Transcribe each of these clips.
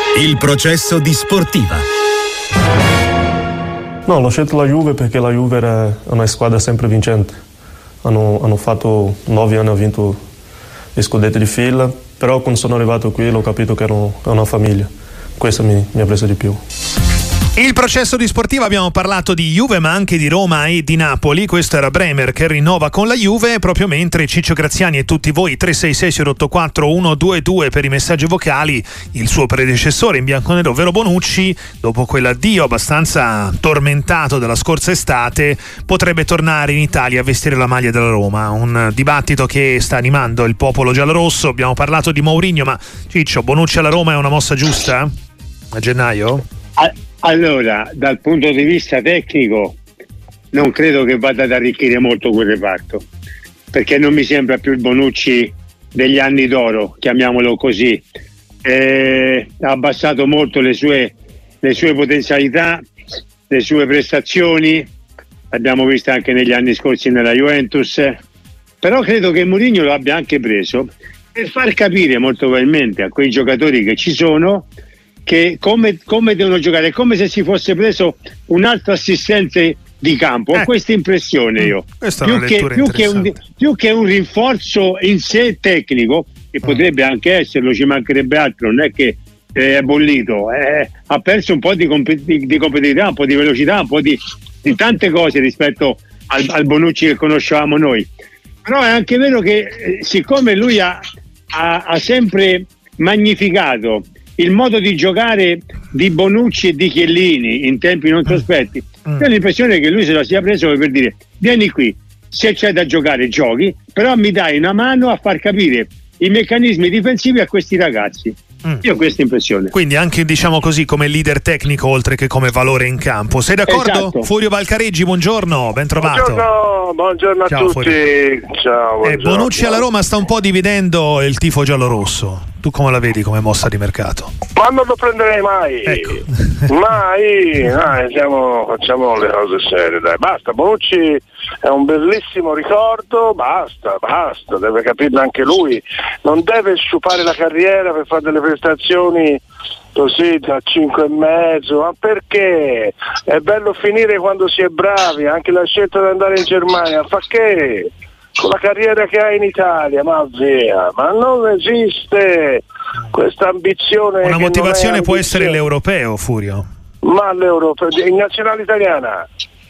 Il processo di Sportiva. No, l'ho scelto la Juve perché la Juve era una squadra sempre vincente. Hanno fatto 9 anni, hanno vinto gli scudetti di fila, però quando sono arrivato qui l'ho capito che era una famiglia. Questo mi ha preso di più. Il processo di Sportiva, abbiamo parlato di Juve ma anche di Roma e di Napoli. Questo era Bremer che rinnova con la Juve, proprio mentre Ciccio Graziani e tutti voi 366-684-122 per i messaggi vocali, il suo predecessore in bianconero, ovvero Bonucci, dopo quell'addio abbastanza tormentato della scorsa estate, potrebbe tornare in Italia a vestire la maglia della Roma. Un dibattito che sta animando il popolo giallorosso. Abbiamo parlato di Mourinho, ma Ciccio, Bonucci alla Roma è una mossa giusta a gennaio? Allora, dal punto di vista tecnico non credo che vada ad arricchire molto quel reparto, perché non mi sembra più il Bonucci degli anni d'oro, chiamiamolo così. Ha abbassato molto le sue potenzialità, le sue prestazioni, l'abbiamo visto anche negli anni scorsi nella Juventus, però credo che Mourinho lo abbia anche preso per far capire molto probabilmente a quei giocatori che ci sono che come devono giocare. È come se si fosse preso un altro assistente di campo. Ho questa impressione io, più che un rinforzo in sé tecnico, che potrebbe anche esserlo, ci mancherebbe altro, non è che è bollito, ha perso un po' di competitività, un po' di velocità, un po' di tante cose rispetto al Bonucci che conoscevamo noi. Però è anche vero che siccome lui ha sempre magnificato il modo di giocare di Bonucci e di Chiellini in tempi non sospetti, ho l'impressione che lui se lo sia preso per dire: vieni qui, se c'è da giocare giochi, però mi dai una mano a far capire i meccanismi difensivi a questi ragazzi. Io ho questa impressione. Quindi anche, diciamo così, come leader tecnico oltre che come valore in campo. Sei d'accordo? Esatto. Furio Valcareggi, buongiorno, ben trovato. Buongiorno a Ciao, tutti. Furio. Ciao, buongiorno. Bonucci alla Roma sta un po' dividendo il tifo giallorosso. Tu come la vedi come mossa di mercato? Ma non lo prenderei mai. Ecco. Mai. Facciamo le cose serie, dai. Basta, Bonucci è un bellissimo ricordo, basta, deve capirlo anche lui. Non deve sciupare la carriera per fare delle prestazioni così da 5,5, ma perché? È bello finire quando si è bravi, anche la scelta di andare in Germania, fa che? Con la carriera che ha in Italia, ma via, ma non esiste questa ambizione. Una motivazione può ambizione. essere l'europeo, Furio. Ma l'europeo, in nazionale italiana?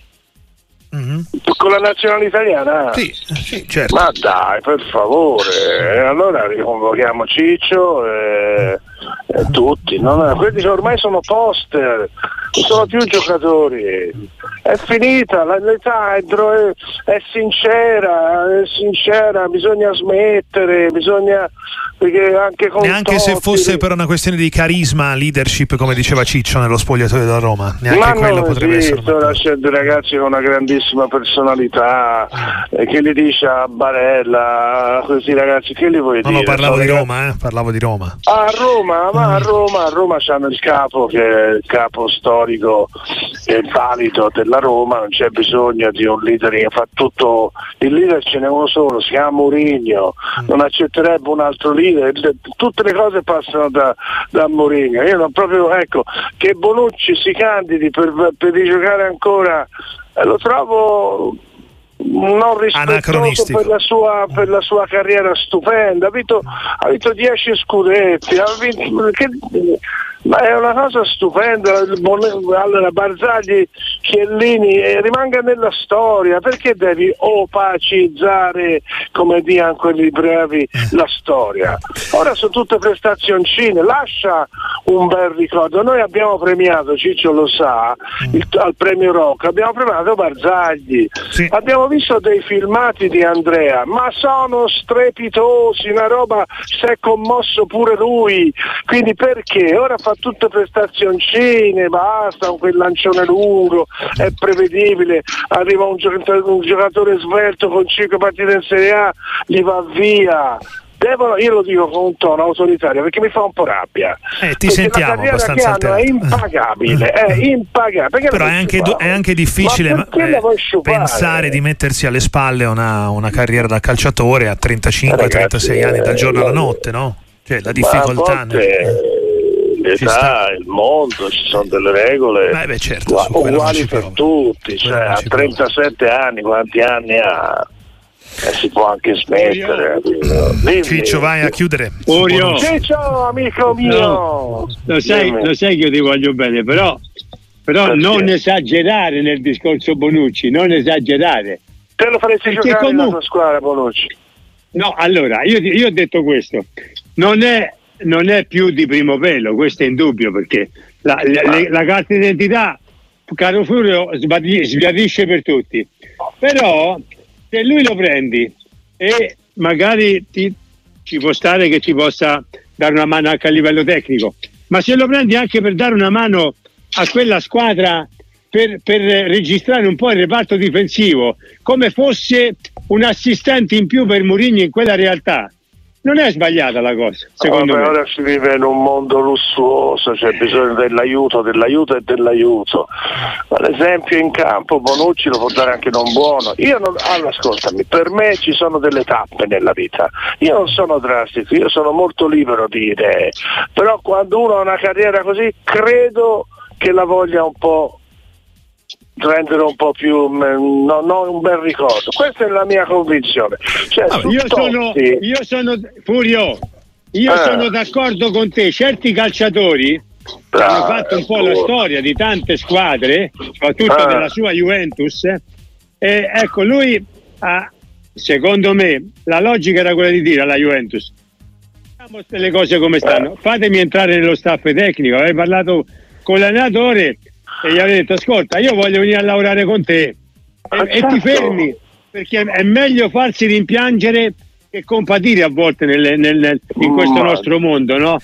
Con la nazionale italiana? Sì, certo. Ma dai, per favore, allora riconvochiamo Ciccio e tutti, quelli ormai sono poster, non sono più giocatori, è finita, l'età è sincera, bisogna smettere, perché anche con neanche se fosse per una questione di carisma, leadership, come diceva Ciccio nello spogliatoio della Roma, neanche ma quello potrebbe essere. Ma c'è dei ragazzi con una grandissima personalità che li dice a Barella, questi ragazzi, che li vuoi dire? No, parlavo di Roma, parlavo di Roma. A Roma c'hanno il capo che è il capo storico e valido della Roma, non c'è bisogno di un leader che fa tutto, il leader ce n'è uno solo, si chiama Mourinho, non accetterebbe un altro leader, tutte le cose passano da Mourinho. Io non proprio, ecco, che Bonucci si candidi per rigiocare ancora, lo trovo non rispettoso per la sua carriera stupenda. Ha vinto 10 scudetti, ma è una cosa stupenda. Allora Barzagli, Chiellini, rimanga nella storia, perché devi opacizzare, come dicono quelli brevi, la storia? Ora sono tutte prestazioncine, lascia un bel ricordo. Noi abbiamo premiato, Ciccio lo sa, al premio Rock abbiamo premiato Barzagli, abbiamo visto dei filmati di Andrea, ma sono strepitosi, una roba, si è commosso pure lui, quindi perché? Ora fa tutte prestazioncine, basta con quel lancione lungo, è prevedibile, arriva un giocatore svelto con 5 partite in Serie A, gli va via. Io lo dico con un tono autoritario perché mi fa un po' rabbia. Ti sentiamo abbastanza alterato. È impagabile, però è anche difficile pensare di mettersi alle spalle una carriera da calciatore a 35-36 anni dal giorno alla notte, no? Cioè la difficoltà. l'età, il mondo, ci sono delle regole certo, uguali per tutti, cioè a 37 anni, quanti anni ha? Si può anche smettere. Ciccio, vai a chiudere. Ciccio, amico mio. No, lo sai che io ti voglio bene, però non esagerare nel discorso Bonucci, non esagerare. Te lo faresti giocare nella tua squadra, Bonucci? No, allora, io ho detto questo, non è più di primo pelo, questo è indubbio, perché la carta d'identità, caro Furio, sbiadisce per tutti. Però se lui lo prendi e magari ci può stare che ci possa dare una mano anche a livello tecnico, ma se lo prendi anche per dare una mano a quella squadra per registrare un po' il reparto difensivo, come fosse un assistente in più per Mourinho in quella realtà, non è sbagliata la cosa, secondo me. Ora si vive in un mondo lussuoso, c'è bisogno dell'aiuto e dell'aiuto. Ma l'esempio in campo Bonucci lo può dare anche non buono. Ascoltami, per me ci sono delle tappe nella vita. Io non sono drastico, io sono molto libero di idee, però quando uno ha una carriera così, credo che la voglia un po' rendere un po' più un bel ricordo. Questa è la mia convinzione. Cioè, io sono Furio, sono d'accordo con te. Certi calciatori hanno fatto un po' la storia di tante squadre, soprattutto della sua Juventus, e ecco, lui secondo me la logica era quella di dire alla Juventus: vediamo le cose come stanno, fatemi entrare nello staff tecnico. Avevi parlato con l'allenatore e gli avete detto: ascolta, io voglio venire a lavorare con te, e ti fermi, perché è meglio farsi rimpiangere che compatire a volte in questo nostro mondo, no?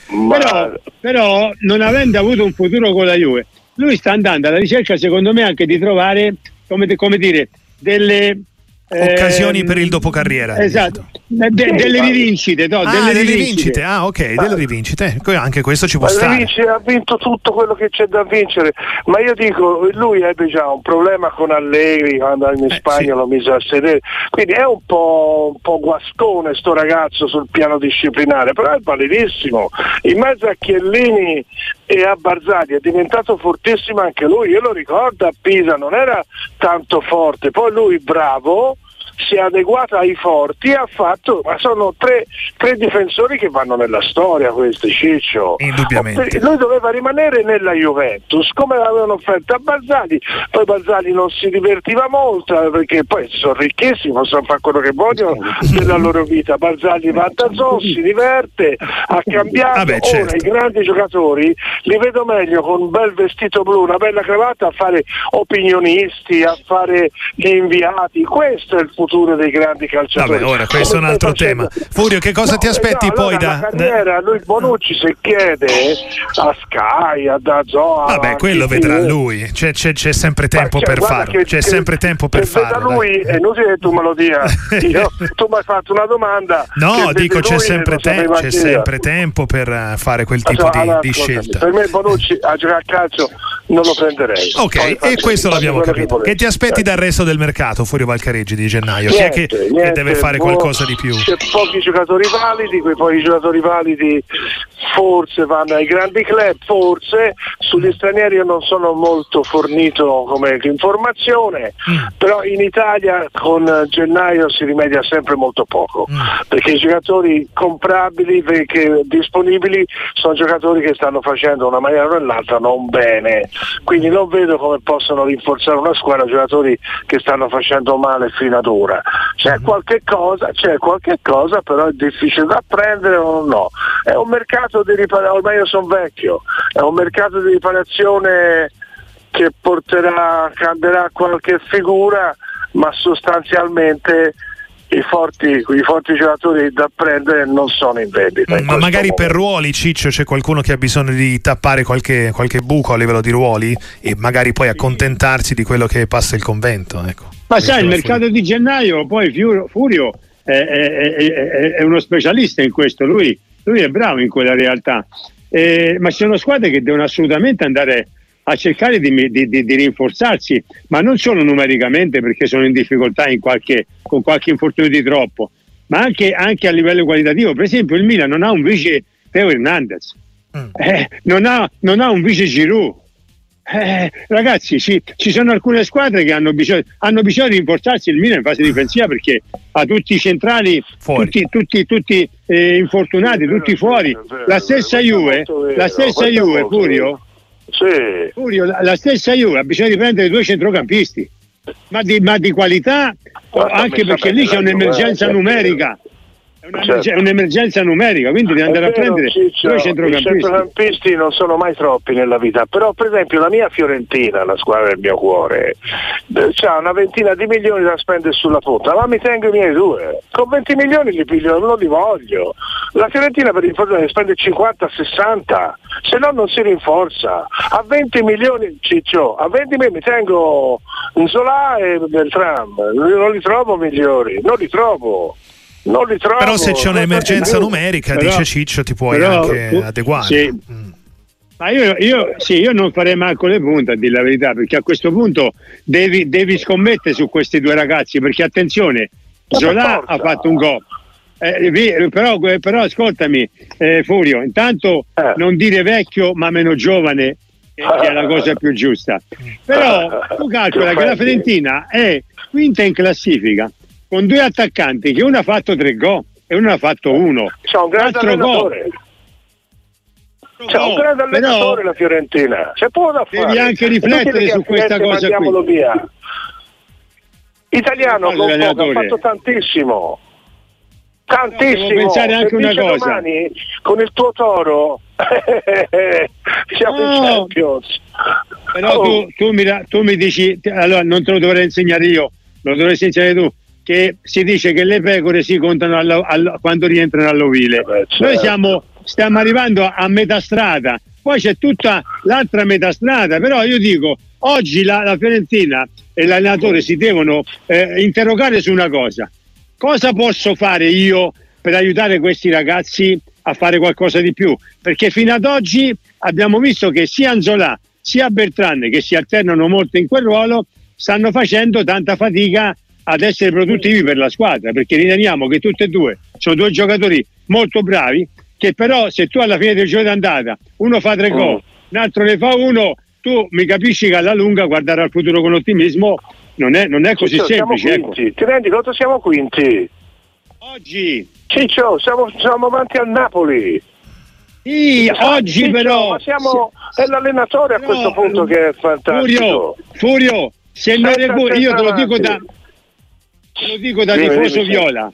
Però non avendo avuto un futuro con la Juve, lui sta andando alla ricerca, secondo me, anche di trovare come dire delle occasioni per il dopo carriera. Esatto, delle rivincite, delle rivincite. Delle rivincite. Anche questo ci può stare. Ha vinto tutto quello che c'è da vincere, ma io dico, lui ebbe già un problema con Allegri quando in Spagna lo mise a sedere, quindi è un po' guascone sto ragazzo sul piano disciplinare, però è validissimo. In mezzo a Chiellini e a Barzagli è diventato fortissimo anche lui. Io lo ricordo, a Pisa non era tanto forte, poi lui bravo, si è adeguato ai forti e ha fatto, ma sono tre difensori che vanno nella storia, questi, Ciccio. Indubbiamente. Lui doveva rimanere nella Juventus, come l'avevano offerto a Barzagli, poi Barzagli non si divertiva molto, perché poi sono ricchissimi, possono fare quello che vogliono della loro vita. Barzagli va da Zon, si diverte, ha cambiato. Certo. Ora i grandi giocatori li vedo meglio con un bel vestito blu, una bella cravatta, a fare opinionisti, a fare gli inviati. Questo è il futuro dei grandi calciatori. Ora questo è un altro tema. Furio, che cosa ti aspetti poi la carriera? Lui Bonucci, se chiede a Sky, a DAZN, quello vedrà lui. C'è sempre tempo per farlo. C'è sempre tempo per farlo. Da lui è inutile che tu me lo dia. Tu mi hai fatto una domanda. No, dico c'è sempre tempo per fare quel tipo di scelta. Per me Bonucci a giocare a calcio non lo prenderei. Ok, e questo l'abbiamo capito. Che ti aspetti dal resto del mercato, Furio Valcareggi, di gennaio? Chi è che deve fare qualcosa di più? C'è pochi giocatori validi, quei pochi giocatori validi forse vanno ai grandi club, forse. Sugli stranieri io non sono molto fornito come informazione, però in Italia con gennaio si rimedia sempre molto poco, perché i giocatori comprabili, disponibili, sono giocatori che stanno facendo una maniera o nell'altra non bene, quindi non vedo come possono rinforzare una squadra giocatori che stanno facendo male fino ad ora. C'è qualche cosa, però è difficile da prendere o no. È un mercato di riparazione, ormai io sono vecchio, è un mercato di riparazione che cambierà qualche figura, ma sostanzialmente i forti giocatori da prendere non sono in vendita. Ma magari per ruoli, Ciccio, c'è qualcuno che ha bisogno di tappare qualche buco a livello di ruoli e magari poi accontentarsi di quello che passa il convento, ecco. Ma sai, il mercato di gennaio, poi Furio è uno specialista in questo, lui è bravo in quella realtà, ma ci sono squadre che devono assolutamente andare a cercare di rinforzarsi, ma non solo numericamente perché sono in difficoltà con qualche infortunio di troppo, ma anche a livello qualitativo. Per esempio il Milan non ha un vice Teo Hernandez, non ha un vice Giroud. Ragazzi, ci sono alcune squadre che hanno bisogno di rinforzarsi. Il Milan in fase difensiva perché ha tutti i centrali tutti infortunati, tutti fuori. La stessa Juve, Furio, la stessa Juve ha bisogno di prendere 2 centrocampisti, ma di qualità, anche perché lì c'è un'emergenza numerica. È un'emergenza numerica, quindi devi andare a prendere 2 centrocampisti. I centrocampisti non sono mai troppi nella vita, però per esempio la mia Fiorentina, la squadra del mio cuore, c'ha una ventina di milioni da spendere sulla punta, ma mi tengo i miei 2. Con 20 milioni li piglio, non li voglio. La Fiorentina per l'infortunio spende 50-60, se no non si rinforza. A 20 milioni, Ciccio, a 20 milioni mi tengo Zola e Beltram, non li trovo migliori, non li trovo. Però se c'è un'emergenza numerica, dice Ciccio, ti puoi anche adeguare. Sì. Ma io non farei manco le punte, a dire la verità, perché a questo punto devi scommettere su questi 2 ragazzi, perché attenzione, Zola ha fatto un gol. Però ascoltami, Furio, intanto non dire vecchio ma meno giovane, che è la cosa più giusta. Però tu calcola che la Fiorentina è quinta in classifica, con 2 attaccanti, che uno ha fatto 3 gol e uno ha fatto 1. C'è un grande allenatore. La Fiorentina. C'è poco da fare. Devi anche riflettere su questa cosa qui. Via. Italiano ha fatto tantissimo. Tantissimo. Devo pensare anche una cosa. Domani, con il tuo Toro siamo in Champions. Però tu mi dici, allora non te lo dovrei insegnare io, lo dovresti insegnare tu, che si dice che le pecore si contano quando rientrano all'ovile. Certo. Noi stiamo arrivando a metà strada, poi c'è tutta l'altra metà strada, però io dico, oggi la Fiorentina e l'allenatore si devono interrogare su una cosa: cosa posso fare io per aiutare questi ragazzi a fare qualcosa di più? Perché fino ad oggi abbiamo visto che sia Anzolà sia Bertrand, che si alternano molto in quel ruolo, stanno facendo tanta fatica ad essere produttivi per la squadra, perché riteniamo che tutti e 2 sono 2 giocatori molto bravi, che però se tu alla fine del gioco d'andata uno fa 3 gol, un altro ne fa 1, tu mi capisci che alla lunga guardare al futuro con ottimismo non è così semplice. Ecco. Ti rendi conto? Siamo quinti oggi. Ciccio, siamo avanti al Napoli. Sì, oggi Ciccio, però ma è l'allenatore a questo punto che è fantastico. Furio, se non io te lo dico da tifoso viola.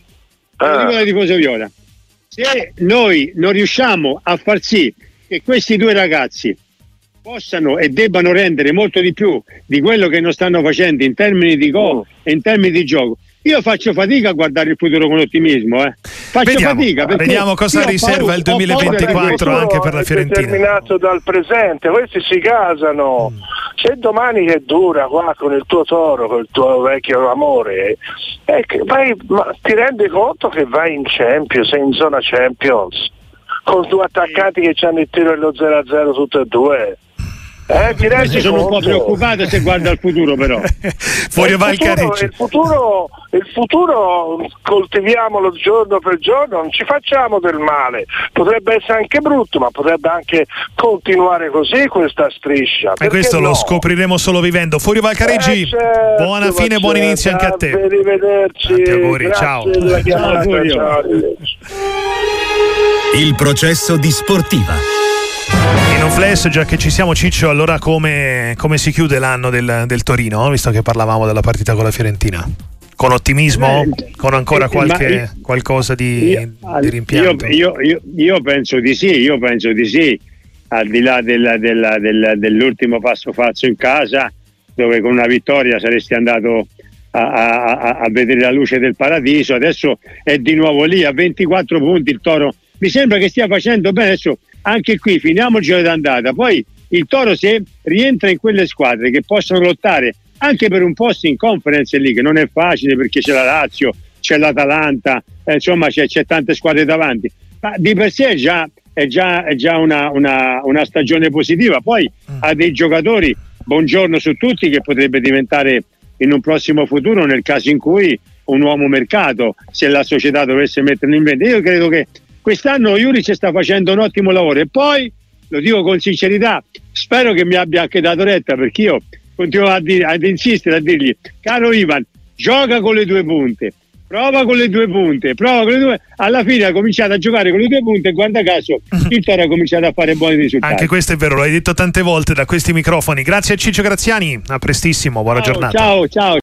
Se noi non riusciamo a far sì che questi 2 ragazzi possano e debbano rendere molto di più di quello che non stanno facendo in termini di gol e in termini di gioco, io faccio fatica a guardare il futuro con ottimismo. Vediamo cosa riserva il 2024 anche per la Fiorentina. È determinato dal presente, questi si casano. Se domani è dura qua con il tuo Toro, con il tuo vecchio amore, ma ti rendi conto che vai in Champions, sei in zona Champions, con 2 attaccanti che hanno il tiro dello 0-0 tutti e 2. Sono un po' preoccupato se guarda al futuro, però. Fuori Valcareggi. Il futuro coltiviamolo giorno per giorno, non ci facciamo del male. Potrebbe essere anche brutto, ma potrebbe anche continuare così questa striscia. E questo lo scopriremo solo vivendo. Fuori Valcareggi, certo, buona fine e buon inizio anche a te. Arrivederci. Tanti auguri, ciao. Ciao. Il processo di Sportiva. In un flash, già che ci siamo, Ciccio, allora come si chiude l'anno del Torino, visto che parlavamo della partita con la Fiorentina? Con ottimismo? Con ancora qualcosa di rimpianto? Io penso di sì, al di là dell'ultimo passo falso in casa, dove con una vittoria saresti andato a vedere la luce del paradiso. Adesso è di nuovo lì a 24 punti il Toro, mi sembra che stia facendo bene. Adesso anche qui finiamo il giro d'andata, poi il Toro, se rientra in quelle squadre che possono lottare anche per un posto in Conference League, che non è facile perché c'è la Lazio, c'è l'Atalanta, insomma c'è tante squadre davanti, ma di per sé è già una stagione positiva. Poi ha dei giocatori, buongiorno su tutti, che potrebbe diventare in un prossimo futuro, nel caso in cui un uomo mercato, se la società dovesse metterlo in vendita. Io credo che quest'anno Juric sta facendo un ottimo lavoro, e poi lo dico con sincerità, spero che mi abbia anche dato retta, perché io continuo ad insistere, a dirgli: caro Ivan, gioca con le due punte, prova con le due punte, alla fine ha cominciato a giocare con le due punte e guarda caso il Toro ha cominciato a fare buoni risultati. Anche questo è vero, l'hai detto tante volte da questi microfoni. Grazie a Ciccio Graziani, a prestissimo, buona giornata. Ciao.